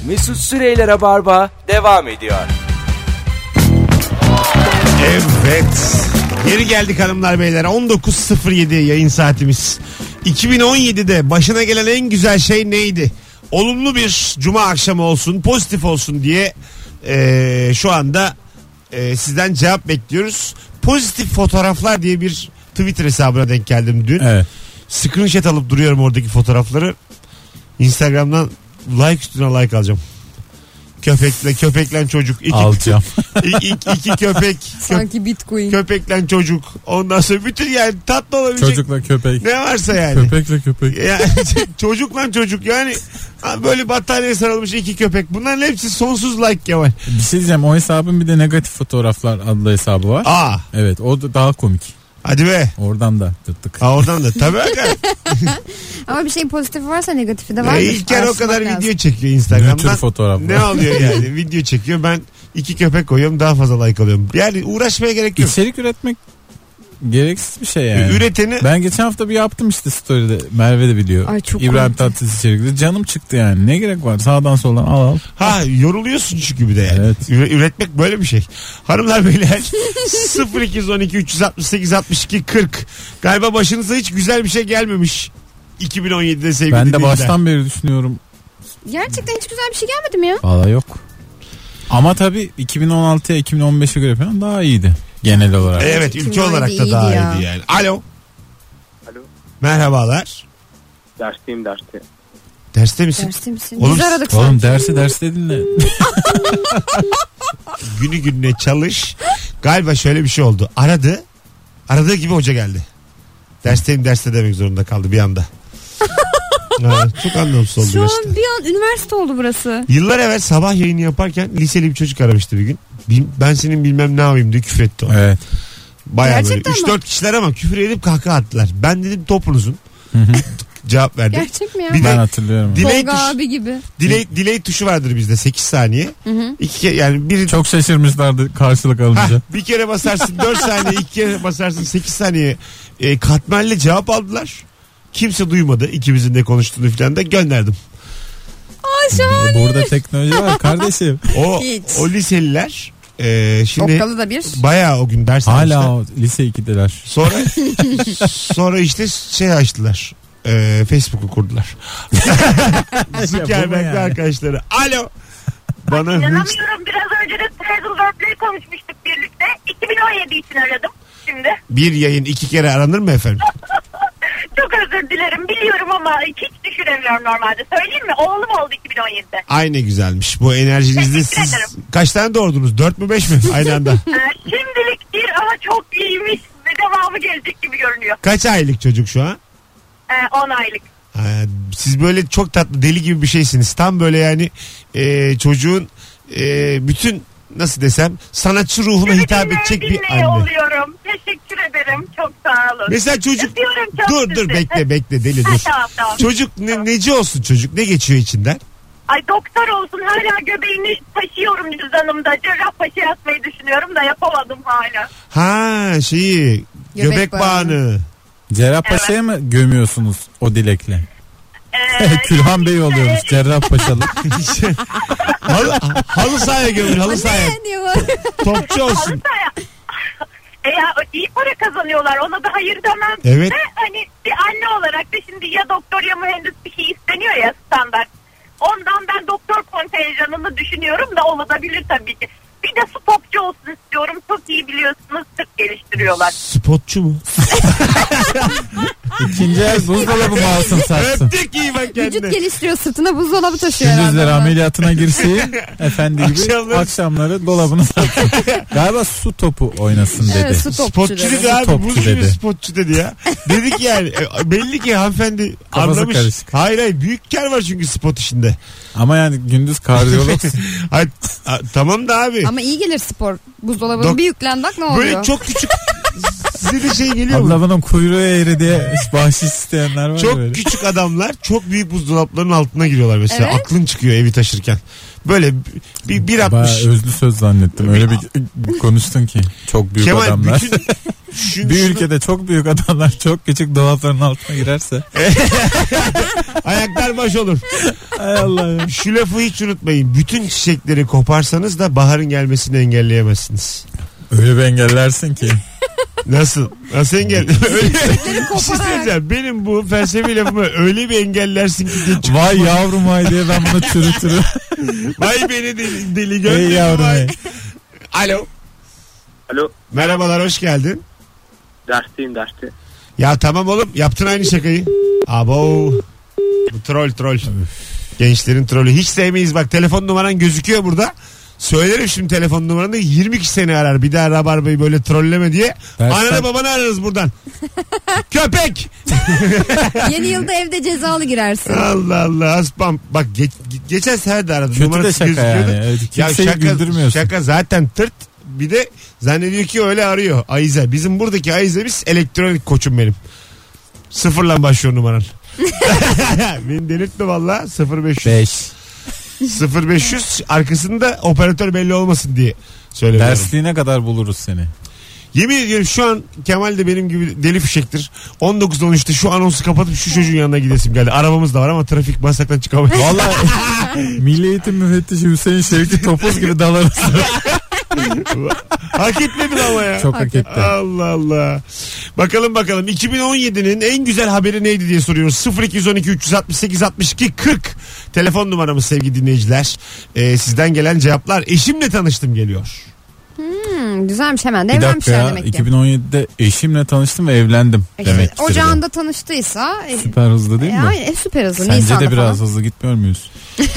Mesut Süreyler'e barba devam ediyor. Evet. Geri geldik hanımlar beyler. 19.07 yayın saatimiz. 2017'de başına gelen en güzel şey neydi? Olumlu bir cuma akşamı olsun, pozitif olsun diye şu anda sizden cevap bekliyoruz. Pozitif fotoğraflar diye bir Twitter hesabına denk geldim dün. Evet. Screenshot alıp duruyorum oradaki fotoğrafları. Instagram'dan like üstüne like alacağım. Köpeklen çocuk. Alacağım. İki köpek. Sanki Bitcoin. Köpeklen çocuk. Ondan sonra bütün yani tatlı olabilecek. Çocukla köpek. Ne varsa yani. Köpekle köpek. Yani, çocukla çocuk yani böyle battaniye sarılmış iki köpek. Bunların hepsi sonsuz like Kemal. Bir şey diyeceğim, o hesabın bir de negatif fotoğraflar adlı hesabı var. Aa. Evet, o da daha komik. Hadi be. Oradan da tıktık. Oradan da tabii. Ama bir şeyin pozitifi varsa negatifi de var. İlk kere o kadar lazım. video çekiyor Instagram'dan. Ne tür fotoğraf? Ne alıyor yani? Video çekiyor. Ben iki köpek koyuyorum, daha fazla like alıyorum. Yani uğraşmaya gerek yok. İçerik üretmek gereksiz bir şey yani. Üreteni... Ben geçen hafta bir yaptım işte story'de. Merve de biliyor. Ay, çok İbrahim komik. Tatlıses içerikli. Canım çıktı yani. Ne gerek var? Sağdan soldan al. Ha, yoruluyorsun çünkü bir de yani. Evet. Üretmek böyle bir şey. Hanımlar beyler 0212 368 62 40. Galiba başınıza hiç güzel bir şey gelmemiş 2017'de sevgili Ben de dinleyiciler. baştan beri düşünüyorum. Gerçekten hiç güzel bir şey gelmedi mi ya? Valla yok. Ama tabii 2016'ya 2015'e göre falan daha iyiydi. Genel olarak. Evet, ülke 2017 olarak da daha iyiydi ya. iyiydi yani. Alo. Alo. Merhabalar. Dersteyim derste. Derste misin? Derste misin? Oğlum, Biz aradık Oğlum sanki. dersi dinle. Günü gününe çalış. Galiba şöyle bir şey oldu. Aradığı gibi hoca geldi. Dersteyim derste demek zorunda kaldı bir anda. Çok anlamsız oldu Şu işte. an bir an üniversite oldu burası. Yıllar evvel sabah yayını yaparken liseli bir çocuk aramıştı bir gün. Ben senin bilmem ne yapayım diye küfür etti o. Evet. Bayağı böyle Gerçekten 3-4 kişiler ama küfür edip kahkaha attılar. Ben dedim topunuzun. Cevap verdim. Gerçek mi ya? Bir de Ben hatırlıyorum. delay, Tolga abi gibi. delay tuşu vardır bizde 8 saniye. İki kere, yani biri Çok şaşırmışlardı karşılık alınca. bir kere basarsın 4 saniye, iki kere basarsın 8 saniye katmerle cevap aldılar. Kimse duymadı ikimizin ne konuştuğunu falan da gönderdim. Burada teknoloji var kardeşim. O liseliler şimdi Okkalı da bir. bayağı o gün ders Hala almışlar. o lise 2'deler. Sonra işte şey açtılar. Facebook'u kurdular. Zuckerberg'le yani. arkadaşları. Alo. Bana hınç. İnanamıyorum, biraz önce de Treasure World'leri konuşmuştuk birlikte. 2017 için aradım şimdi. Bir yayın 2 kere aranır mı efendim? Çok özür dilerim, biliyorum ama hiç düşünemiyorum normalde. Söyleyeyim mi? Oğlum oldu 2017'de. Ay ne güzelmiş. Bu enerjinizde Teşekkür siz ederim. kaç tane doğurdunuz? 4 mü 5 mi? Aynı anda. Şimdilik bir ama çok iyiymiş ve devamı gelecek gibi görünüyor. Kaç aylık çocuk şu an? 10 aylık. Siz böyle çok tatlı deli gibi bir şeysiniz. Tam böyle yani çocuğun bütün nasıl desem sanatçı ruhuna hitap edecek bir dinleye anne. oluyorum. Teşekkür ederim. Çok sağ olun. Mesela çocuk Öpüyorum çok dur sizi. bekle deli dur. Tamam. Çocuk neci olsun çocuk? Ne geçiyor içinden? Ay doktor olsun, hala göbeğini taşıyorum cüzdanımda. Cerrahpaşa yatmayı düşünüyorum da yapamadım hala. Ha şeyi göbek bağını. Cerrahpaşa'ya mı gömüyorsunuz o dilekle? Külhan Bey oluyormuş Cerrahpaşalı. halı sahaya gömün halı sahaya. Ne diyor? Topçu olsun. Ya iyi para kazanıyorlar, ona da hayır demem. Evet. Ve hani bir anne olarak da şimdi ya doktor ya mühendis bir şey isteniyor ya standart. Ondan ben doktor kontenjanını düşünüyorum da olabilir tabii ki. Bir de stopçu olsun istiyorum. Çok iyi biliyorsunuz, tıp geliştiriyorlar. Spotçu mu? İkinci el buzdolabı mı alsın satsın? Öptük iyi bak kendine. Vücut geliştiriyor, sırtına buzdolabı taşıyor Gündüzleri herhalde. ameliyatına girsin efendi gibi akşamları dolabını satsın. Galiba su topu oynasın dedi. Evet, su topçu Spotçu dedi. dedi abi. Topçu Buz gibi dedi. spotçu dedi ya. Dedik yani. Belli ki hanımefendi Kafası anlamış. karışık. Hayır büyük kar var çünkü spot işinde. Ama yani gündüz kardiyolog. Tamam da abi. Ama iyi gelir spor. Buzdolabına bir yüklen bak ne oluyor? Böyle çok küçük Size de şey geliyor mu? Ablamın kuyruğu eğri diye bahşiş isteyenler var Çok böyle. küçük adamlar çok büyük buzdolaplarının altına giriyorlar mesela. Evet. Aklın çıkıyor evi taşırken. Böyle bir Bayağı 1.60. özlü söz zannettim. Öyle bir konuştun ki. Çok büyük Kemal adamlar. bütün Bir ülkede çok büyük adamlar çok küçük dolapların altına girerse. ayaklar baş olur. Hay Allah ya. Şu lafı hiç unutmayın. Bütün çiçekleri koparsanız da baharın gelmesini engelleyemezsiniz. Öyle bir engellersin ki. Nasıl? Nasıl engel? Öyle bir şey söyleyeceğim. Benim bu felsefi lafımı öyle bir engellersin ki diye çok... Vay yavrum vay diye ben bunu çürütürüm. Vay beni deli Ey gönlüm yavrum vay. ey. Alo. Alo. Merhabalar, hoş geldin. Derste. Ya tamam oğlum, yaptın aynı şakayı. Abo. Bu troll. Gençlerin trolü. Hiç sevmeyiz, bak telefon numaran gözüküyor burada. Söylerim şimdi telefon numaranı, 20 kişi seni arar. Bir daha Rabarba'yı böyle trolleme diye. Ananı babanı ararız buradan. Köpek. Yeni yılda evde cezalı girersin. Allah Allah, aspam. Bak geçen sefer de aradım. Kötü de Numarası şaka gözüküyordu. yani. Evet, Ya kimseyi güldürmüyorsun. şaka zaten tırt. Bir de zannediyor ki öyle arıyor. Ayize. Bizim buradaki Ayize'miz elektronik koçum benim. Sıfırla başlıyor numaran. Beni delirtme valla. 0500. 0500 arkasında operatör belli olmasın diye söylüyorum. Dersliğine kadar buluruz seni. Yemin ediyorum şu an Kemal de benim gibi deli fişektir. 19-13'te şu anonsu kapatıp şu çocuğun yanına gidesim geldi. Arabamız da var ama trafik basaktan çıkamayız. Vallahi Milli Eğitim Müfettişi Hüseyin Şevki Topuz gibi dalarız. Hak etmedin ama ya. Çok hak etti. Allah Allah. Bakalım 2017'nin en güzel haberi neydi diye soruyoruz. 0212 368 62 40 telefon numaramız sevgili dinleyiciler. Sizden gelen cevaplar. Eşimle tanıştım geliyor. Güzelmiş, hemen de Bir dakika evlenmişler ya, demek ki. 2017'de eşimle tanıştım ve evlendim demek ki. Ocağında tanıştıysa. Süper hızlı değil mi? Aynen, süper hızlı. Sence Nisan'da de biraz falan. hızlı gitmiyor muyuz?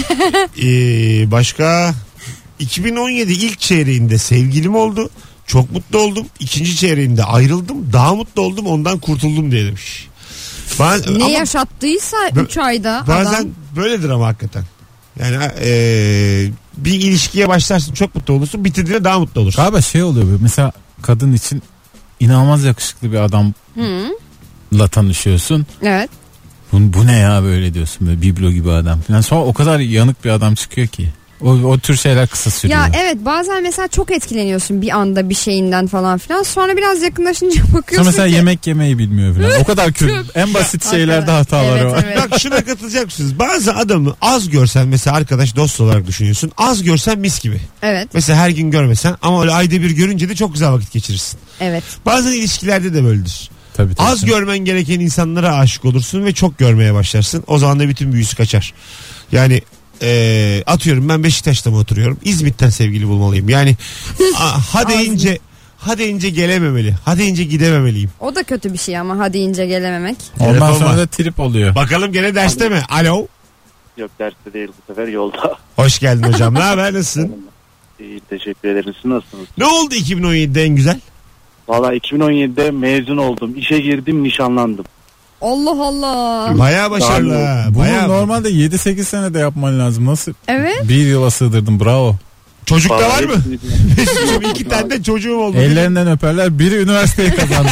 Başka 2017 ilk çeyreğinde sevgilim oldu. Çok mutlu oldum. İkinci çeyreğinde ayrıldım. Daha mutlu oldum. Ondan kurtuldum diye demiş. Ne ama yaşattıysa 3 ayda bazen adam. böyledir ama hakikaten. Yani bir ilişkiye başlarsın, çok mutlu olursun. Bitirdiğinde daha mutlu olursun. Galiba şey oluyor böyle, mesela kadın için inanılmaz yakışıklı bir adamla tanışıyorsun. Evet. Bu ne ya böyle diyorsun, böyle biblo gibi adam. Yani sonra o kadar yanık bir adam çıkıyor ki. O tür şeyler kısa sürüyor. Ya evet, bazen mesela çok etkileniyorsun bir anda bir şeyinden falan filan. Sonra biraz yakınlaşınca bakıyorsun Sonra mesela ki. yemek yemeyi bilmiyor falan. O kadar kötü. En basit şeylerde hataları Evet, var. evet. Bak şuna katılacak mısınız? Bazı adamı az görsen, mesela arkadaş dost olarak düşünüyorsun. Az görsen mis gibi. Evet. Mesela her gün görmesen ama öyle ayda bir görünce de çok güzel vakit geçirirsin. Evet. Bazen ilişkilerde de böyledir. Tabii. Az görmen gereken insanlara aşık olursun ve çok görmeye başlarsın. O zaman da bütün büyüsü kaçar. Yani atıyorum ben Beşiktaş'ta mı oturuyorum? İzmit'ten sevgili bulmalıyım. Yani ha deyince gelememeli. Ha deyince gidememeliyim. O da kötü bir şey ama hadi ince gelememek. Ondan Telefon sonra var. da trip oluyor. Bakalım gene derste mi? Alo. Yok derste değil, bu sefer yolda. Hoş geldin hocam. Ne haber, nasılsın? İyi, teşekkür ederim. Siz nasılsınız? Ne oldu 2017'de en güzel? Valla 2017'de mezun oldum. İşe girdim, nişanlandım. Allah Allah. Bayağı başarılı. ha. Bunu Bayağı. normalde 7-8 senede yapman lazım. Nasıl? Evet. Bir yıla sığdırdın, bravo. Çocuk da var Vallahi mı? Mesut'cum 2 tane de çocuğum oldu. Ellerinden öperler. Biri üniversiteyi kazandı.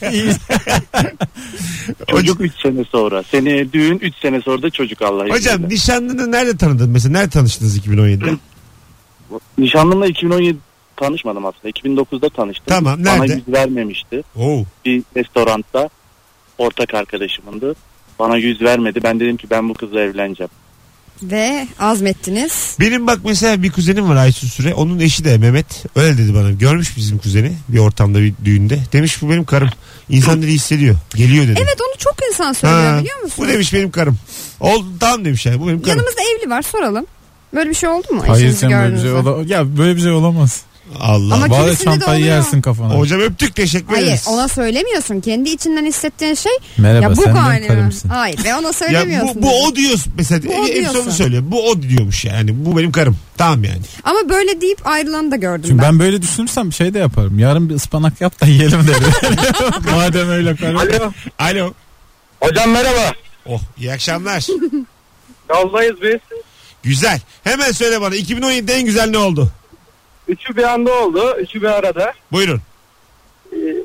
Çocuk 3 sene sonra. Seneye düğün, 3 sene sonra da çocuk Allah'a Hocam izniyle. nişanlını nerede tanıdın? Mesela nerede tanıştınız 2017'de? Nişanlımla 2017 tanışmadım aslında. 2009'da tanıştım. Tamam, Bana nerede? yüz vermemişti. Oo. Bir restoranda ortak arkadaşımındı. Bana yüz vermedi. Ben dedim ki ben bu kızla evleneceğim. Ve azmettiniz. Benim bak mesela bir kuzenim var Aysun Süre. Onun eşi de Mehmet. Öyle dedi bana. Görmüş bizim kuzeni bir ortamda, bir düğünde. Demiş bu benim karım. İnsan dedi hissediyor. Geliyor dedi. Evet, onu çok insan söylüyor, Ha, biliyor musun? bu demiş benim karım. Oldu tamam demiş yani. Bu benim karım. Yanımızda evli var, soralım. Böyle bir şey oldu mu? Hayır Eşinizi sen böyle bir şey gördüğünüzde? ya böyle bir şey olamaz. Allah. Ama Bağla kimisinde de çantayı oluyor. yersin kafana. Hocam öptük, teşekkür Hayır, ederiz. ona söylemiyorsun. Kendi içinden hissettiğin şey. Merhaba, Ya bu sen benim galiba. karımsın. Hayır, ve ona Ya söylemiyorsun. bu o diyorsun mesela. Bu o Hepsi diyorsun. onu söylüyor. Bu o diyormuş yani. Bu benim karım. Tamam yani. Ama böyle deyip ayrılanı da gördüm Çünkü ben. ben böyle düşünürsem şey de yaparım. Yarın bir ıspanak yap da yiyelim derim. Madem öyle karım. Alo. Alo. Hocam merhaba. Oh, iyi akşamlar. Yoldayız biz. Güzel. Hemen söyle bana 2017'de en güzel ne oldu? Üçü bir anda oldu. Üçü bir arada. Buyurun.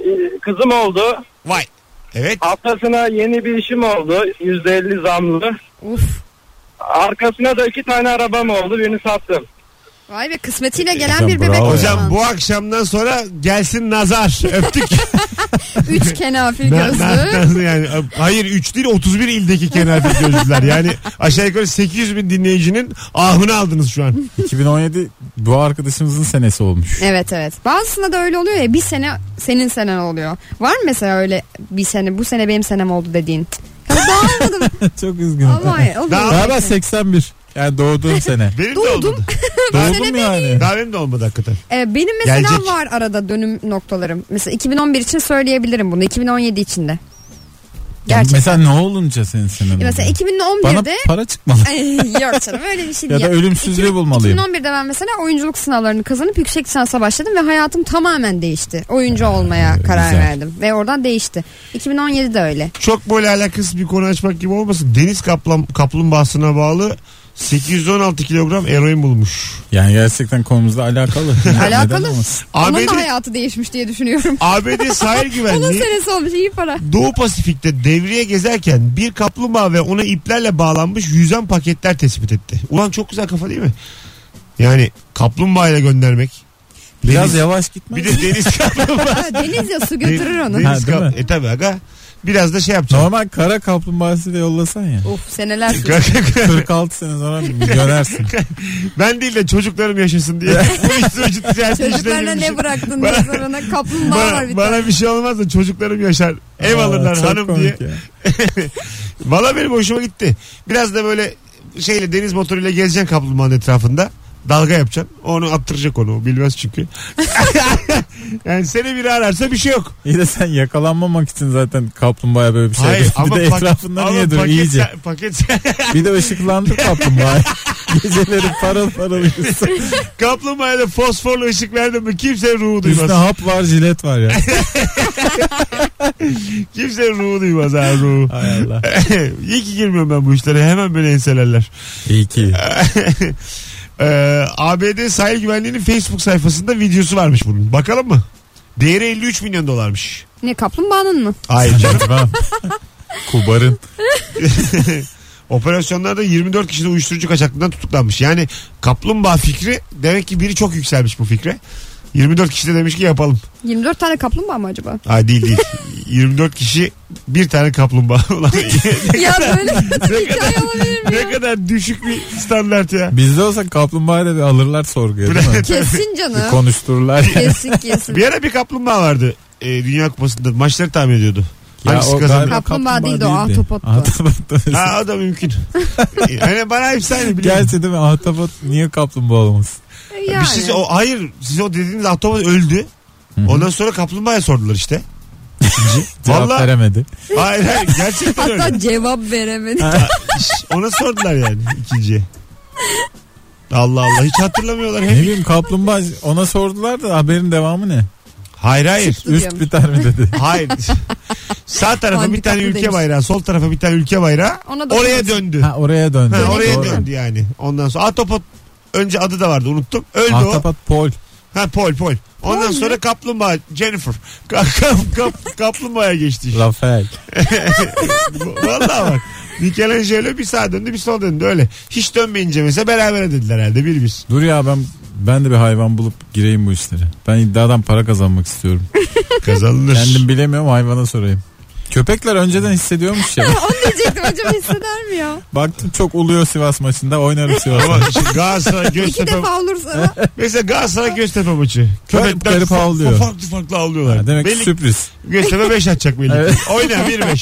bir kızım oldu. Vay. Evet. Haftasına yeni bir işim oldu. %50 zamlı. Uf. Arkasına da 2 tane arabam oldu. Birini sattım. Vay be, kısmetiyle gelen Hocam, bir bebek bravo. o Hocam zaman. bu akşamdan sonra gelsin nazar. Öptük. 3 kenafir gözlü. Yani, hayır 3 değil 31 ildeki kenafir gözlüler. Yani aşağı yukarı 800 bin dinleyicinin ahını aldınız şu an. 2017 bu arkadaşımızın senesi olmuş. Evet evet. Bazısında da öyle oluyor ya, bir sene senin senen oluyor. Var mı mesela öyle bir sene, bu sene benim senem oldu dediğin? Ya dağılmadım. Çok üzgünüm. Ama oluyor. Galiba 81. Yani doğduğum sene. Benim de Doğdum. olmadı. Doğdum yani. Daha benim de olmadı hakikaten. Benim mesela Gelecek. var arada dönüm noktalarım. Mesela 2011 için söyleyebilirim bunu. 2017 için de. Gerçekten. Mesela ne olunca senin senen oldu? Mesela Bana 2011'de para çıkmalı. yok canım öyle bir şey Ya değil. da ölümsüzlüğü bulmalıyım. 2011'de ben mesela oyunculuk sınavlarını kazanıp yüksek lisansa başladım ve hayatım tamamen değişti. Oyuncu olmaya karar güzel. verdim ve oradan değişti. 2017'de öyle. Çok böyle alakasız bir konu açmak gibi olmasın. Deniz kaplumbağasına bağlı 816 kilogram eroin bulmuş. Yani gerçekten konumuzla alakalı. Alakalı. Neden olmasın? Onun ABD da hayatı değişmiş diye düşünüyorum. ABD sahil Onun güvenliği senesi olmuş, iyi para. Doğu Pasifik'te devriye gezerken bir kaplumbağa ve ona iplerle bağlanmış yüzen paketler tespit etti. Ulan çok güzel kafa değil mi? Yani kaplumbağayla göndermek. Biraz Deniz- yavaş gitmez. Bir de deniz kaplumbağa. Ha, deniz ya, su götürür onu. Ha, değil mi? Tabi aga. Biraz da şey yapacağım. Normal kara kaplumbağasıyla yollasan ya. Of, seneler sürdü. 46 sene sonra dönersin. Ben değil de çocuklarım yaşasın diye. Bu uyuşturucu ticareti işine Çocuklarına girmişim. ne bıraktın diye sorana kaplumbağa var bir tane. Bana bir şey olmaz da çocuklarım yaşar. Ev alırlar Çok hanım komik diye. ya. Valla benim hoşuma gitti. Biraz da böyle şeyle deniz motoruyla gezeceksin kaplumbağanın etrafında. Dalga yapacaksın. Onu attıracak onu. O bilmez çünkü. Yani seni biri ararsa bir şey yok. İyi de sen yakalanmamak için zaten kaplumbağaya böyle bir şey Hayır yapıyorsun. Bir de ama etrafında niye dur iyice. Paket Bir de ışıklandır kaplumbağayı. Geceleri parıl parıl uyusun. kaplumbağaya da fosforlu ışık verdin mi kimse ruhu duymaz. Üstüne hap var, jilet var ya. Kimse ruhu duymaz ha ruhu. Hay Allah. İyi ki girmiyorum ben bu işlere. Hemen beni enselerler. İyi ki. ABD sahil güvenliğinin Facebook sayfasında videosu varmış bunun. Bakalım mı? Değeri 53 milyon dolarmış. Ne, kaplumbağanın mı? Hayır canım. Tamam. Kubarın. Operasyonlarda 24 kişi de uyuşturucu kaçaklığından tutuklanmış. Yani kaplumbağa fikri demek ki biri çok yükselmiş bu fikre. 24 kişi de demiş ki yapalım. 24 tane kaplumbağa mı acaba? Ay değil. 24 kişi bir tane kaplumbağa. Ulan Ya böyle bir hikaye olabilir mi ya? ne kadar düşük bir standart ya. Bizde olsa kaplumbağayı da bir alırlar sorguya değil mi? Kesin Bir canım. konuştururlar. Kesin. Bir ara bir kaplumbağa vardı. Dünya Kupası'nda maçları tahmin ediyordu. Ya Hangisi o kazandı? galiba Kaplumbağa değildi, o değildi. ahtapottu. Ahtapot. Ha o da mümkün. Yani bana hepsi aynı biliyorum. Gerçi değil mi? Ahtapot niye kaplumbağa olmasın? Yani. Siz o dediğiniz ahtapot öldü. Ondan sonra kaplumbağaya sordular işte. Cevap Vallahi- veremedi. Hayır gerçekten öyle. Hatta cevap veremedi. Ona sordular yani ikinciye. Allah Allah hiç hatırlamıyorlar. Ne Hem... bileyim kaplumbağa ona sordular da haberin devamı ne? Hayır. Üst biter mi dedi. Hayır. Sağ tarafa bir Handikaplı tane ülke demiş. bayrağı, sol tarafa bir tane ülke bayrağı. Ona da Oraya olmaz. döndü. Ha oraya döndü. Ha, oraya Doğru. döndü yani. Ondan sonra ahtapot önce adı da vardı unuttum. Öldü o. Ahtapot Paul. Ha Paul. Ondan sonra kaplumbağa Jennifer. Kaplumbağaya geçti işte. Rafael. Vallahi bak. Michelangelo bir sağa döndü bir sola döndü öyle. Hiç dönmeyince mesela beraber dediler herhalde bir. Dur ya ben de bir hayvan bulup gireyim bu işlere. Ben iddiadan para kazanmak istiyorum. Kazanılır. Kendim bilemiyorum hayvana sorayım. Köpekler önceden hissediyormuş ya. Onu diyecektim, acaba hisseder mi ya? Baktım çok uluyor Sivas maçında oynarım Sivas Ama maçında. şimdi Galatasaray İki Göztepe defa olursa. mesela Galatasaray Göztepe maçı. Köpekler garip havlıyor. farklı avlıyorlar. Ha, demek ki Belli sürpriz. Göztepe 5 atacak belli. Evet. Oyna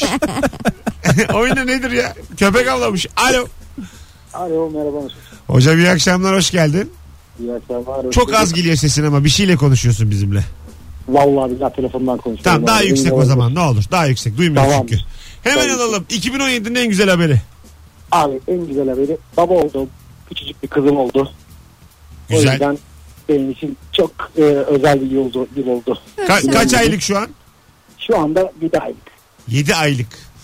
1-5. Oyna nedir ya? Köpek avlamış. Alo. Alo merhaba. Hocam iyi akşamlar hoş geldin. İyi akşamlar. Çok az geliyor sesin ama bir şeyle konuşuyorsun bizimle. Vallahi billahi telefondan konuşuyorum. Tamam daha Abi, yüksek emin o olun. zaman ne olur. Daha yüksek duymuyoruz Tamam. çünkü. Hemen Tabii. alalım. 2017'nin en güzel haberi. Abi en güzel haberi baba oldum. Küçücük bir kızım oldu. O Güzel. yüzden benim için çok özel bir yıl oldu. Kaç aylık şu an? Şu anda 7 aylık. 7 aylık.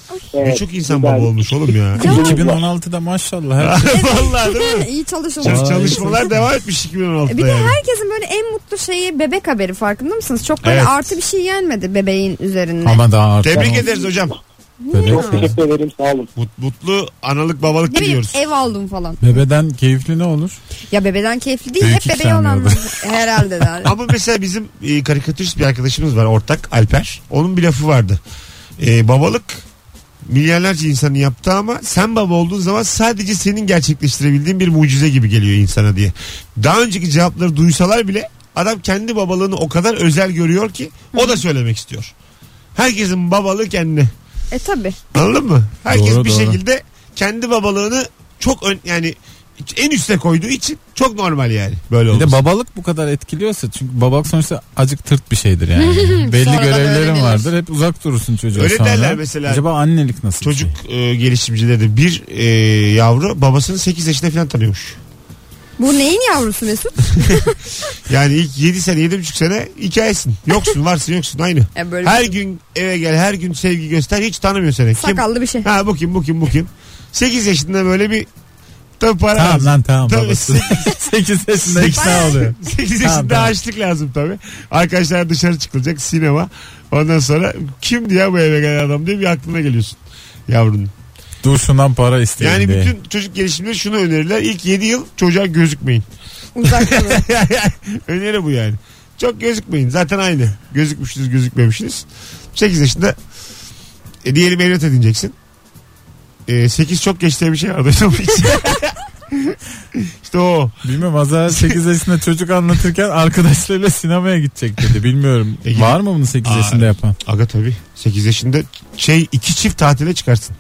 Evet, Birçok insan güzel. baba olmuş oğlum ya. 2016'da maşallah. Vallahi değil mi? İyi çalışıyorlar. Çalışmalar devam etmiş 2016'da Bir de yani. herkesin böyle en mutlu şeyi bebek haberi, farkında mısınız? Çok böyle Evet. artı bir şey gelmedi bebeğin üzerinde. Ama daha artık. Tebrik ederiz hocam. Bebek Çok teşekkür ederim, sağ olun. Mutlu analık babalık Ne bileyim, diliyoruz. ev aldım falan. Bebeden keyifli ne olur? Ya bebeden keyifli değil, Büyük hep bebeği yükselmiyordu. olanlar. Herhalde de. Ama mesela bizim karikatürist bir arkadaşımız var, ortak Alper. Onun bir lafı vardı. Babalık milyarlarca insanın yaptığı ama sen baba olduğun zaman sadece senin gerçekleştirebildiğin bir mucize gibi geliyor insana diye. Daha önceki cevapları duysalar bile adam kendi babalığını o kadar özel görüyor ki o da söylemek istiyor. Herkesin babalığı kendine. Tabi. Anladın mı? Herkes Doğru, bir doğru. şekilde kendi babalığını çok yani en üste koyduğu için çok normal yani böyle Bir olması. de babalık bu kadar etkiliyorsa, çünkü babalık sonuçta acık tırt bir şeydir yani. Belli Sonradan görevlerin öğrenilir. vardır, hep uzak durursun çocuğa. Öyle sonra. derler mesela. Acaba annelik nasıl Çocuk bir şey? gelişimcileri de bir yavru babasını 8 yaşında falan tanıyormuş. Bu neyin yavrusu Mesut? Yani ilk 7 sene 7,5 sene hikayesin. Yoksun varsın yoksun aynı. Böyle Her gün eve gel, her gün sevgi göster, hiç tanımıyor seni. Kim? sakallı bir şey. Ha bu kim? 8 yaşında böyle bir tabii para Tamam lazım. lan tamam Tabii babası. 8 yaşında ikna oluyor. 8 Tamam, yaşında tamam. açlık lazım tabii. Arkadaşlar dışarı çıkılacak, sinema. Ondan sonra kimdi ya bu eve gelen adam diye bir aklına geliyorsun yavrunun. Dur şundan para isteyin Yani diye. bütün çocuk gelişimleri şunu önerirler. İlk 7 yıl çocuğa gözükmeyin. Uzak durun. Öneri bu yani. Çok gözükmeyin. Zaten aynı. Gözükmüşsünüz gözükmemişsiniz. 8 yaşında diyelim evlat edineceksin. 8 çok geç diye bir şey var. Duydum hiç. İşte o. Bilmiyorum, Azar 8 yaşında çocuk anlatırken arkadaşlarıyla sinemaya gidecek dedi. Bilmiyorum. Var mı bunu 8 yaşında yapan? Aga tabii. 8 yaşında 2 çift tatile çıkarsın.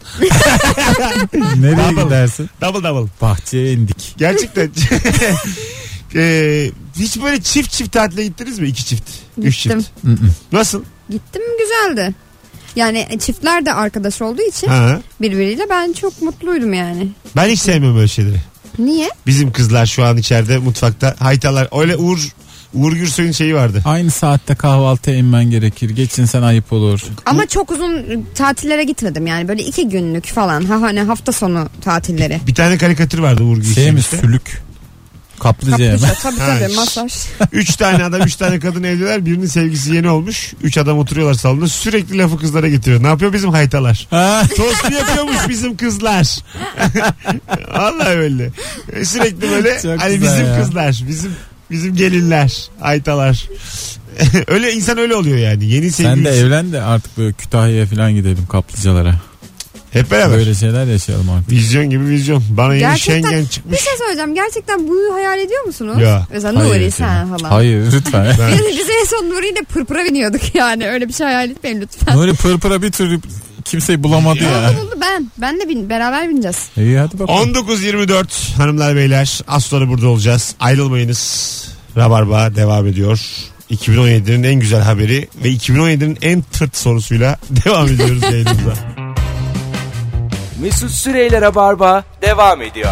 Nereye Double. gidersin? Double. Bahçeye indik. Gerçekten. Hiç böyle çift tatile gittiniz mi? 2 çift. 3 Gittim. çift. Nasıl? Gittim, güzeldi. Yani çiftler de arkadaş olduğu için Ha. birbiriyle ben çok mutluydum yani. Ben hiç sevmiyorum böyle şeyleri. Niye? Bizim kızlar şu an içeride mutfakta haytalar. Öyle Uğur Gürsoy'un şeyi vardı. Aynı saatte kahvaltıya inmen gerekir. Geçinsen ayıp olur. Ama çok uzun tatillere gitmedim yani, böyle 2 günlük falan. Hani hafta sonu tatilleri. Bir tane karikatür vardı Uğur Gürsoy'un. Şey mi, işte. sülük? Kaplıca mı? Kaplıca tabii Ha, tabii, masaj. 3 tane adam 3 tane kadın evliler. Birinin sevgisi yeni olmuş. 3 adam oturuyorlar salonda. Sürekli lafı kızlara getiriyor. Ne yapıyor bizim haytalar? Tost yapıyormuş bizim kızlar. Vallahi öyle. Sürekli böyle Çok hani güzel bizim ya. kızlar, bizim gelinler, haytalar. Öyle insan öyle oluyor yani. Yeni Sen de sevgilisi. evlen de artık böyle Kütahya'ya falan gidelim, kaplıcalara. Hep beraber. Böyle şeyler yaşayalım artık. Vizyon gibi vizyon. Bana yeni Gerçekten Schengen bir çıkmış. şey söyleyeceğim. Gerçekten bunu hayal ediyor musunuz? Ya. Mesela Nuri sen canım. falan. Hayır lütfen. Biz en son Nuri ile pırpıra biniyorduk yani. Öyle bir şey hayal etmeyin lütfen. Nuri pırpıra bir türlü kimseyi bulamadı ya. Buldu ben de beraber bineceğiz. İyi hadi bakalım. 19.24 hanımlar beyler, az sonra burada olacağız. Ayrılmayınız. Rabarba devam ediyor. 2017'nin en güzel haberi ve 2017'nin en tırt sorusuyla devam ediyoruz yayınımıza. Mesut Süreyler'e barba devam ediyor.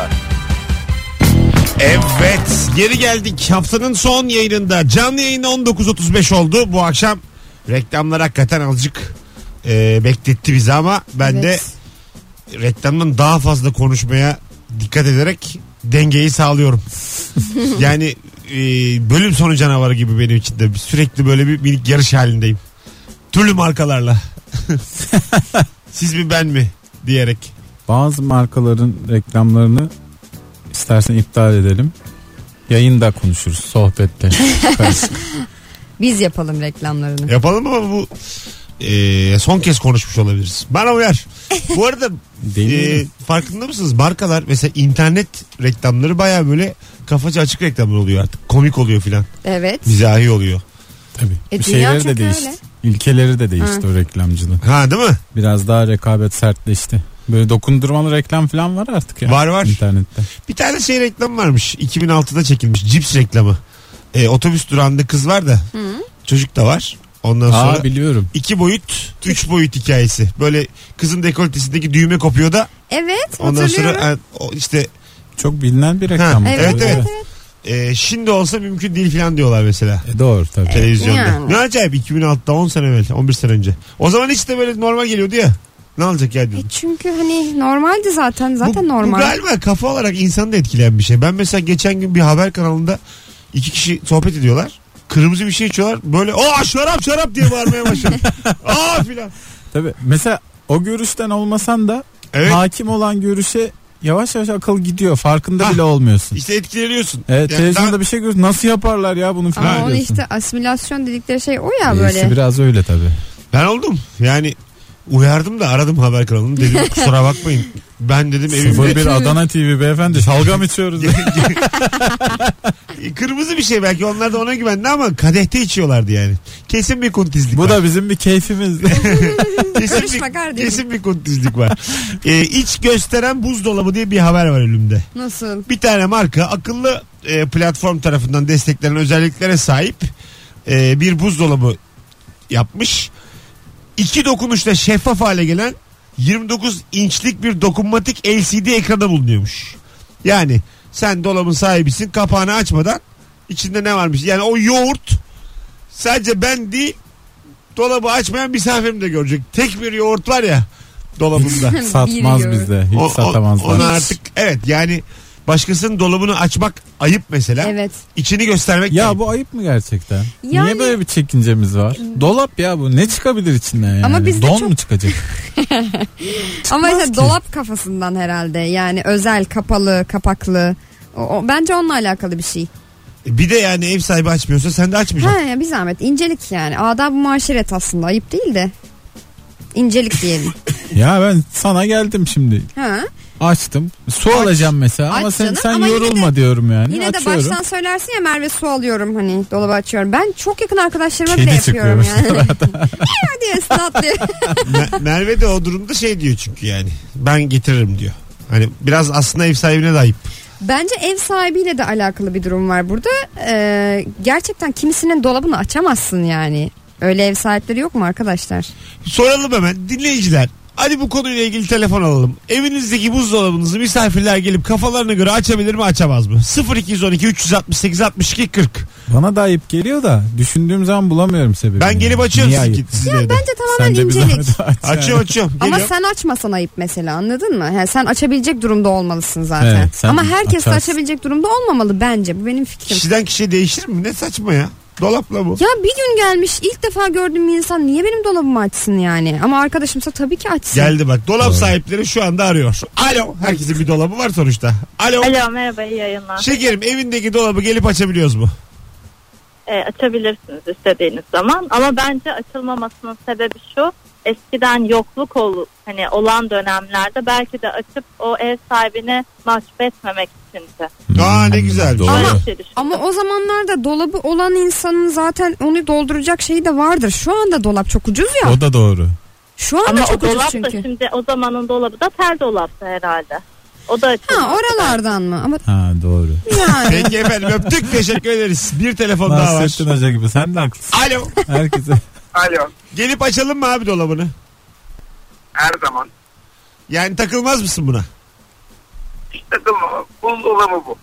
Evet, geri geldik. Haftanın son yayınında, canlı yayında 19.35 oldu. Bu akşam reklamlar hakikaten azıcık bekletti bizi ama ben Evet. de reklamdan daha fazla konuşmaya dikkat ederek dengeyi sağlıyorum. Yani bölüm sonu canavarı gibi benim için de sürekli böyle bir minik yarış halindeyim. Türlü markalarla. Siz mi ben mi diyerek. Bazı markaların reklamlarını istersen iptal edelim. Yayında konuşuruz, sohbette. Biz yapalım reklamlarını. Yapalım ama bu son kez konuşmuş olabiliriz. Bana uyar. Bu arada Deneyelim. farkında mısınız? Markalar mesela internet reklamları baya böyle kafaca açık reklamlar oluyor artık. Komik oluyor filan. Evet. Mizahi oluyor. Tabii. Bir dünya şeyleri de çok değişti. öyle. İlkeleri de değişti o reklamcılığın. Ha değil mi? Biraz daha rekabet sertleşti. Böyle dokundurmalı reklam falan var artık ya. Var. İnternette. Bir tane şey reklam varmış. 2006'da çekilmiş. Cips reklamı. Otobüs durağında kız var da. Çocuk da var. Ondan sonra Biliyorum. 2 boyut 3 boyut hikayesi. Böyle kızın dekoltesindeki düğme kopuyor da Evet, ondan hatırlıyorum. sonra işte Çok bilinen bir reklam. Ha, Evet, evet. evet. Şimdi olsa mümkün değil falan diyorlar mesela. Doğru tabii. Televizyonda. Yani. Ne acayip 2006'da 10 sene evvel 11 sene önce. O zaman hiç de böyle normal geliyordu ya. Ne olacak ya diyordun. Çünkü hani normaldi zaten normal. Bu galiba kafa olarak insanı da etkileyen bir şey. Ben mesela geçen gün bir haber kanalında 2 kişi sohbet ediyorlar. Kırmızı bir şey içiyorlar. Böyle şarap diye bağırmaya başladı. Filan. Tabii mesela o görüşten olmasan da Evet. hakim olan görüşe yavaş yavaş akıl gidiyor. Farkında bile olmuyorsun. İşte etkileniyorsun. Evet, Yani televizyonda bir şey görüyorsun. Nasıl yaparlar ya bunu falan Ama onu diyorsun. işte asimilasyon dedikleri şey o ya böyle. İşte biraz öyle tabii. Ben oldum. Yani uyardım da aradım haber kanalını. Dedim kusura bakmayın. Ben dedim evimde 01 Adana TV beyefendi şalgam içiyoruz. kırmızı bir şey, belki onlar da ona güvendi ama kadehte içiyorlardı yani. Kesin bir kuntizlik Bu var. da bizim bir keyfimiz. Karışma kardeşim. Kesin bir kuntizlik var. İç gösteren buzdolabı diye bir haber var elimde. Nasıl? Bir tane marka akıllı platform tarafından desteklenen özelliklere sahip bir buzdolabı yapmış. 2 dokunuşla şeffaf hale gelen 29 inçlik bir dokunmatik LCD ekranda bulunuyormuş. Yani sen dolabın sahibisin, kapağını açmadan içinde ne varmış? Yani o yoğurt sadece ben değil, dolabı açmayan misafirim de görecek. Tek bir yoğurt var ya dolabında. Satmaz bizde. Hiç satamazlar. Onu artık evet, yani başkasının dolabını açmak ayıp mesela. Evet. İçini göstermek Ya ayıp. bu ayıp mı gerçekten? Yani- Niye böyle bir çekincemiz var? Dolap ya bu. Ne çıkabilir içinden yani? Ama bizde Don çok- mu çıkacak? Ama işte ki. dolap kafasından herhalde. Yani özel, kapalı, kapaklı. Bence onunla alakalı bir şey. Bir de yani ev sahibi açmıyorsa sen de açmayacaksın. Ha ya, bir zahmet. İncelik yani. Adab-ı muaşeret aslında. Ayıp değil de. İncelik diyelim. Ya ben sana geldim şimdi. Ha. Açtım. Su alacağım mesela ama Aç sen canım, ama yorulma yine de- diyorum yani. Yine de Açıyorum. baştan söylersin ya, Merve su alıyorum, hani dolabı açıyorum. Ben çok yakın arkadaşlarıma Kedi bile yapıyorum çıkıyor yani. diye üstüne atlıyor. Merve de o durumda şey diyor çünkü yani. Ben getiririm diyor. Hani biraz aslında ev sahibine de ayıp. Bence ev sahibiyle de alakalı bir durum var burada. Gerçekten kimisinin dolabını açamazsın yani. Öyle ev sahipleri yok mu arkadaşlar? Soralım hemen dinleyiciler. Hadi bu konuyla ilgili telefon alalım. Evinizdeki buzdolabınızı misafirler gelip kafalarına göre açabilir mi, açamaz mı? 0212 368 62 40. Bana da ayıp geliyor da düşündüğüm zaman bulamıyorum sebebini. Ben gelip açıyorum Niye sizin, ayıp? sizin Ya evde. bence tamamen Sen de bir incelik. zahmet aç yani. Açıyorum. Ama Geliyorum. sen açmasan ayıp mesela, anladın mı? Yani sen açabilecek durumda olmalısın zaten. Evet, sen ama herkes de açarsın. açabilecek durumda olmamalı bence. Bu benim fikrim. Kişiden kişiye değişir mi? Ne saçma ya. Dolapla bu. Ya bir gün gelmiş, ilk defa gördüğüm bir insan niye benim dolabımı açsın yani? Ama arkadaşımsa tabii ki açsın. Geldi bak. Dolap sahipleri şu anda arıyor. Alo. Herkesin bir dolabı var sonuçta. Alo. Alo, merhaba, iyi yayınlar. Şekerim, evindeki dolabı gelip açabiliyoruz mu? Açabilirsiniz istediğiniz zaman, ama bence açılmamasının sebebi şu: eskiden yokluk hani olan dönemlerde belki de açıp o ev sahibini mahcup etmemek içindi. Aa, ne güzel. Doğru. Öyle bir şey düşündüm. Ama o zamanlarda dolabı olan insanın zaten onu dolduracak şeyi de vardır. Şu anda dolap çok ucuz ya. O da doğru. Şu anda Ama çok o ucuz dolap da çünkü. şimdi, o zamanın dolabı da tel dolaptı herhalde. O da açılmadı. Ha, oralardan mı? Ama Ha doğru. yani. Peki efendim, öptük, teşekkür ederiz. Bir telefon daha var. Nasrettin Hoca gibi sen de haklısın. Alo. Herkese. Alo. Gelip açalım mı abi dolabını? Her zaman. Yani takılmaz mısın buna? Hiç takılma. Buzdolabı bu.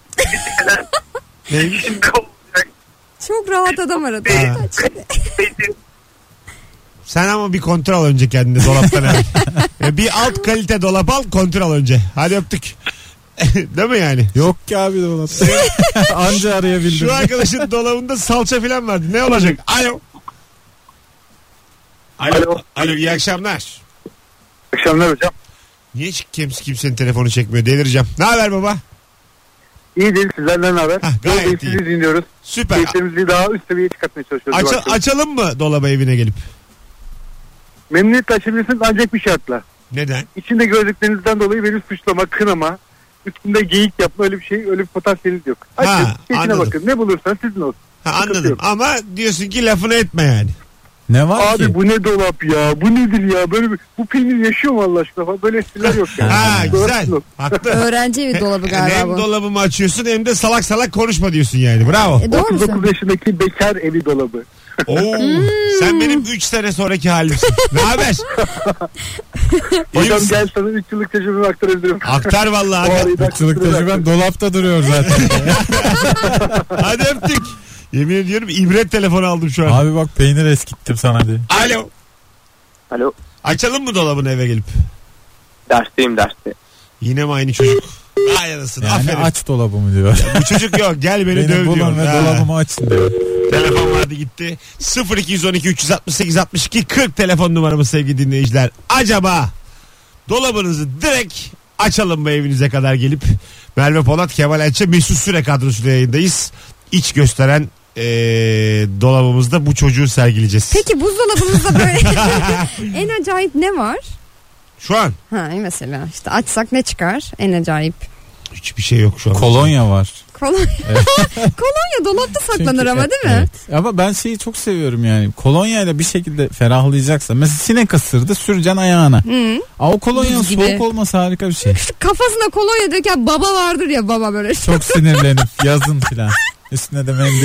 Neymiş? İçinde olacak. Çok rahat adam aradı. Ha. Besin. Sen ama bir kontrol al önce kendini dolaptan. Bir alt kalite dolap al, kontrol al önce. Hadi öptük. Değil mi yani? Yok ki abi dolapta. Anca arayabildim. Şu arkadaşın dolabında salça falan vardı. Ne olacak? Alo. Alo. Alo, iyi akşamlar. Akşamlar hocam. Niye kimsenin telefonu çekmiyor? Delireceğim. Ne haber baba? İyi değil, sizlerden ne haber? Hah, gayet Yolu iyi. Sizi dinliyoruz. Süper. Keyiflerimizi daha üst seviyeye çıkartmaya çalışıyoruz. bu akşam. Açalım mı dolaba evine gelip? Memnuniyetle açabilirsiniz ancak bir şartla. Neden? İçinde gördüklerinizden dolayı beni suçlama, kınama, üstünde geyik yapma, öyle bir şey, öyle bir potansiyeliniz yok. Açın, keyfine anladım. bakın. Ne bulursan sizin olsun. Ha, Sıkıntı anladım. yok. Ama diyorsun ki lafını etme yani. Ne var Abi ki? bu ne dolap ya? Bu nedir ya? Böyle bu peynir yaşıyor mu Allah aşkına falan? Böyle espriler yok yani. Ha, Dolap güzel. yok. Haklı. Öğrenci evi dolabı galiba Hem bu. dolabımı açıyorsun hem de salak salak konuşma diyorsun yani. Bravo. Doğru 39 yaşındaki bekar evi dolabı. Oo, sen benim 3 sene sonraki halimsin. Ne haber? İyi Hocam misin? gel sana 3 yıllık tecrübemi aktarabilirim. Aktar vallahi. O Hadi, arayı da Çılık aktarabilirim. tecrüben dolapta duruyor zaten. hadi öptük. Yemin ediyorum ibret telefonu aldım şu an. Abi bak peynir eskittim sana diye. Alo. Alo. Açalım mı dolabını eve gelip? Dersteyim derste. Yine mi aynı çocuk? Ay anasını, Yani aferin. aç dolabımı diyor. Bu çocuk yok, gel beni Beni döv diyor. bulun ve dolabımı açın diyor. Telefon vardı gitti. 0212 368 62 40 telefon numaramız sevgili dinleyiciler. Acaba dolabınızı direkt açalım mı evinize kadar gelip? Merve Polat, Kemal Ayça, Mesut Süre kadrosuyla yayındayız. İç gösteren dolabımızda bu çocuğu sergileyeceğiz. Peki buzdolabınızda böyle en acayip ne var? Şu an Mesela işte açsak ne çıkar? En acayip. hiçbir şey yok şu an. Kolonya var. Kolonya dolapta saklanır Çünkü, ama değil mi? Evet. Ama ben şeyi çok seviyorum yani. Kolonyayla bir şekilde ferahlayacaksa. Mesela sinek ısırdı, süreceksin ayağına. O kolonyanın Buz gibi. soğuk olması harika bir şey. Şu kafasına kolonya döken baba vardır ya, baba böyle. Çok sinirlenip yazın filan. Üstüne de mendil.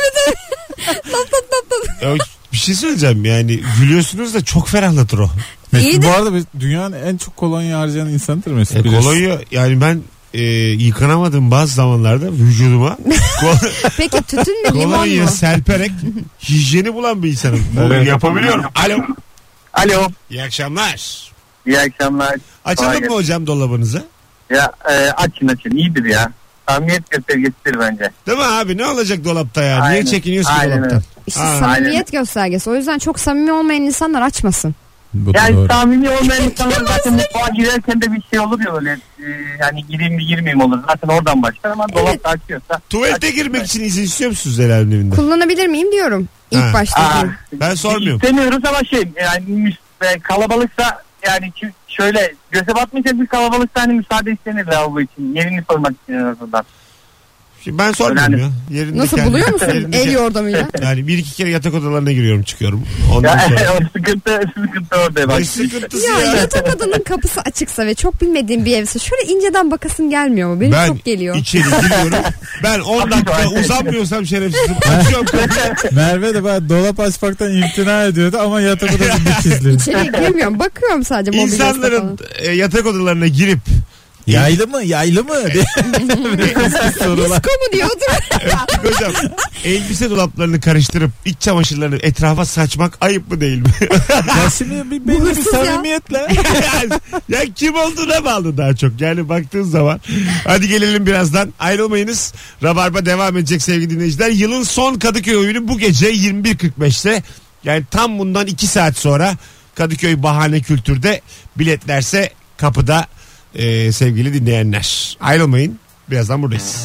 Ya, bir şey söyleyeceğim yani, gülüyorsunuz da çok ferahlatır o. Mesut bu arada dünyanın en çok kolonya harcayan insanıdır Mesut. Kolonya yani ben yıkanamadım bazı zamanlarda vücuduma. Peki tütün mü, limon Kolonyayı mu? serperek hijyeni bulan bir insanım. Evet. Yapabiliyorum. Alo. Alo. İyi akşamlar. İyi akşamlar. Açalım mı hocam dolabınızı? Ya açın iyidir ya. Samimiyet göstergesidir bence. Değil mi abi, ne olacak dolapta ya? Niye Aynen. çekiniyorsun Aynen dolaptan? öyle. İşte Aa, samimiyet göstergesi. O yüzden çok samimi olmayan insanlar açmasın. Bu da Yani doğru. samimi olmayan insanlar zaten mutfağa girerken de bir şey olur ya böyle. Yani gireyim mi girmeyeyim olur. Zaten oradan başlar ama dolapta açıyorsa. Tuvalete girmek için izin istiyor musunuz Zelal'in evinde? Kullanabilir miyim diyorum. İlk Ha. başta. Ben sormuyorum. İstemiyoruz ama yani kalabalıksa yani şöyle göze batmayacak bir kalabalıksa hani müsaade istenir lavabo için. Yerini sormak için en azından. Şimdi ben sormuyorum ya. Yerinde Nasıl kendi- buluyor musun? yerinde El kendi- yordamıyla. Yani bir iki kere yatak odalarına giriyorum çıkıyorum. Ondan Ya, sonra. o sıkıntı orada bak. Ne sıkıntısı Ya ya? yatak odanın kapısı açıksa ve çok bilmediğim bir evse şöyle inceden bakasın gelmiyor mu? Benim Ben çok geliyor. içeri giriyorum. Ben 10 dakika uzanmıyorsam şerefsizim. Açıyorum kapıyı. Merve de ben dolap açmaktan imtina ediyordu ama yatak odası dikizli. İçeri girmiyorum. Bakıyorum sadece mobilyasına İnsanların falan. yatak odalarına girip Yaylı mı diye. Sorular. Disko mu diyordur? hocam elbise dolaplarını karıştırıp iç çamaşırlarını etrafa saçmak ayıp mı değil mi? Ya şimdi belli bir hırsız ya. samimiyetle. ya kim olduğuna bağlı daha çok. Yani baktığın zaman. Hadi gelelim birazdan. Ayrılmayınız. Rabarba devam edecek sevgili dinleyiciler. Yılın son Kadıköy oyunu bu gece 21.45'te. Yani tam bundan 2 saat sonra Kadıköy Bahane Kültür'de, biletlerse kapıda sevgili dinleyenler. Ayrılmayın. Birazdan buradayız.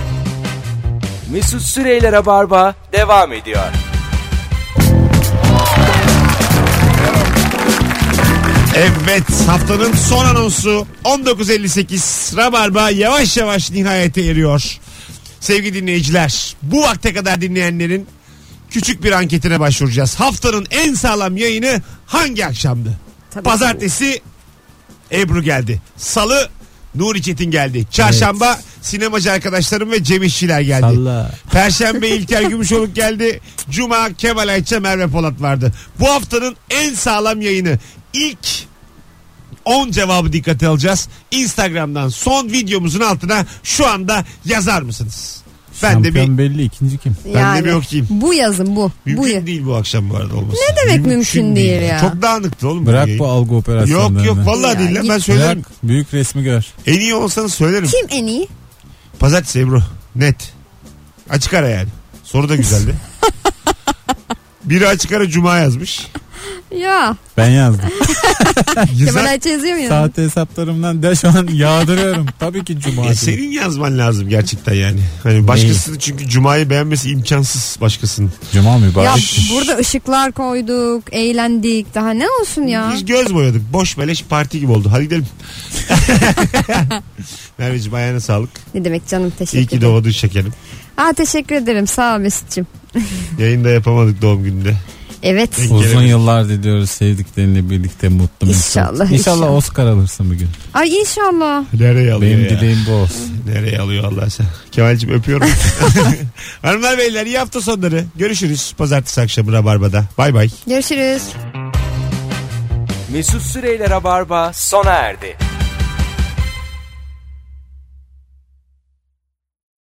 Mesut Süreyler'e barba devam ediyor. Evet, haftanın son anonsu 19.58. Rabarba yavaş yavaş nihayete eriyor. Sevgili dinleyiciler, bu vakte kadar dinleyenlerin küçük bir anketine başvuracağız. Haftanın en sağlam yayını hangi akşamdı? Tabii. Pazartesi Ebru geldi. Salı Nuri Çetin geldi. Çarşamba sinemacı arkadaşlarım ve Cem İşçiler geldi. Salla. Perşembe İlker Gümüşoluk geldi. Cuma Kemal Ayça, Merve Polat vardı. Bu haftanın en sağlam yayını, ilk 10 cevabı dikkate alacağız. Instagram'dan son videomuzun altına şu anda yazar mısınız? Ben de Şampiyon bir belli, ikinci kim? ben de bir okuyayım. Bu yazın bu. Mümkün değil bu akşam bu arada olması. Ne demek mümkün değil ya? Çok dağınıktı oğlum. Bırak yayın. bu algı operasyonlarını. Yok vallahi Ya, değil lan, git. ben söylerim. Bırak büyük resmi gör. En iyi olsanız söylerim. Kim en iyi? Pazartesi Ebru. Net. Açık ara yani. Soru da güzeldi. Biri açık ara Cuma yazmış. Ya. Ben yazdım. Kemal Ayça yazıyor mu ya? Sahte hesaplarımdan de şu an yağdırıyorum. Tabii ki Cuma. Senin yazman lazım gerçekten yani. Hani başkasının, çünkü Cuma'yı beğenmesi imkansız başkasının. Cuma Ya mübarek. burada ışıklar koyduk, eğlendik. Daha ne olsun ya? Biz göz boyadık. Boş beleş parti gibi oldu. Hadi gidelim. Merveciğim ayağına sağlık. Ne demek canım, teşekkür İyi ki ederim. doğdun şekerim. Teşekkür ederim, sağ ol Mesut'cum. Yayında yapamadık doğum gününde. Evet. Uzun yıllar diliyoruz sevdiklerinle birlikte mutlu mesut. İnşallah, İnşallah inşallah. Oscar alırsın bugün. Ay inşallah. Nereye alıyor Benim ya? dileğim bu olsun. Nereye alıyor Allah sen? Kemal'cim öpüyorum. Hanımlar beyler, iyi hafta sonları. Görüşürüz pazartesi akşamı Rabarba'da. Bay bay. Görüşürüz. Mesut Süreyler'e barba sona erdi.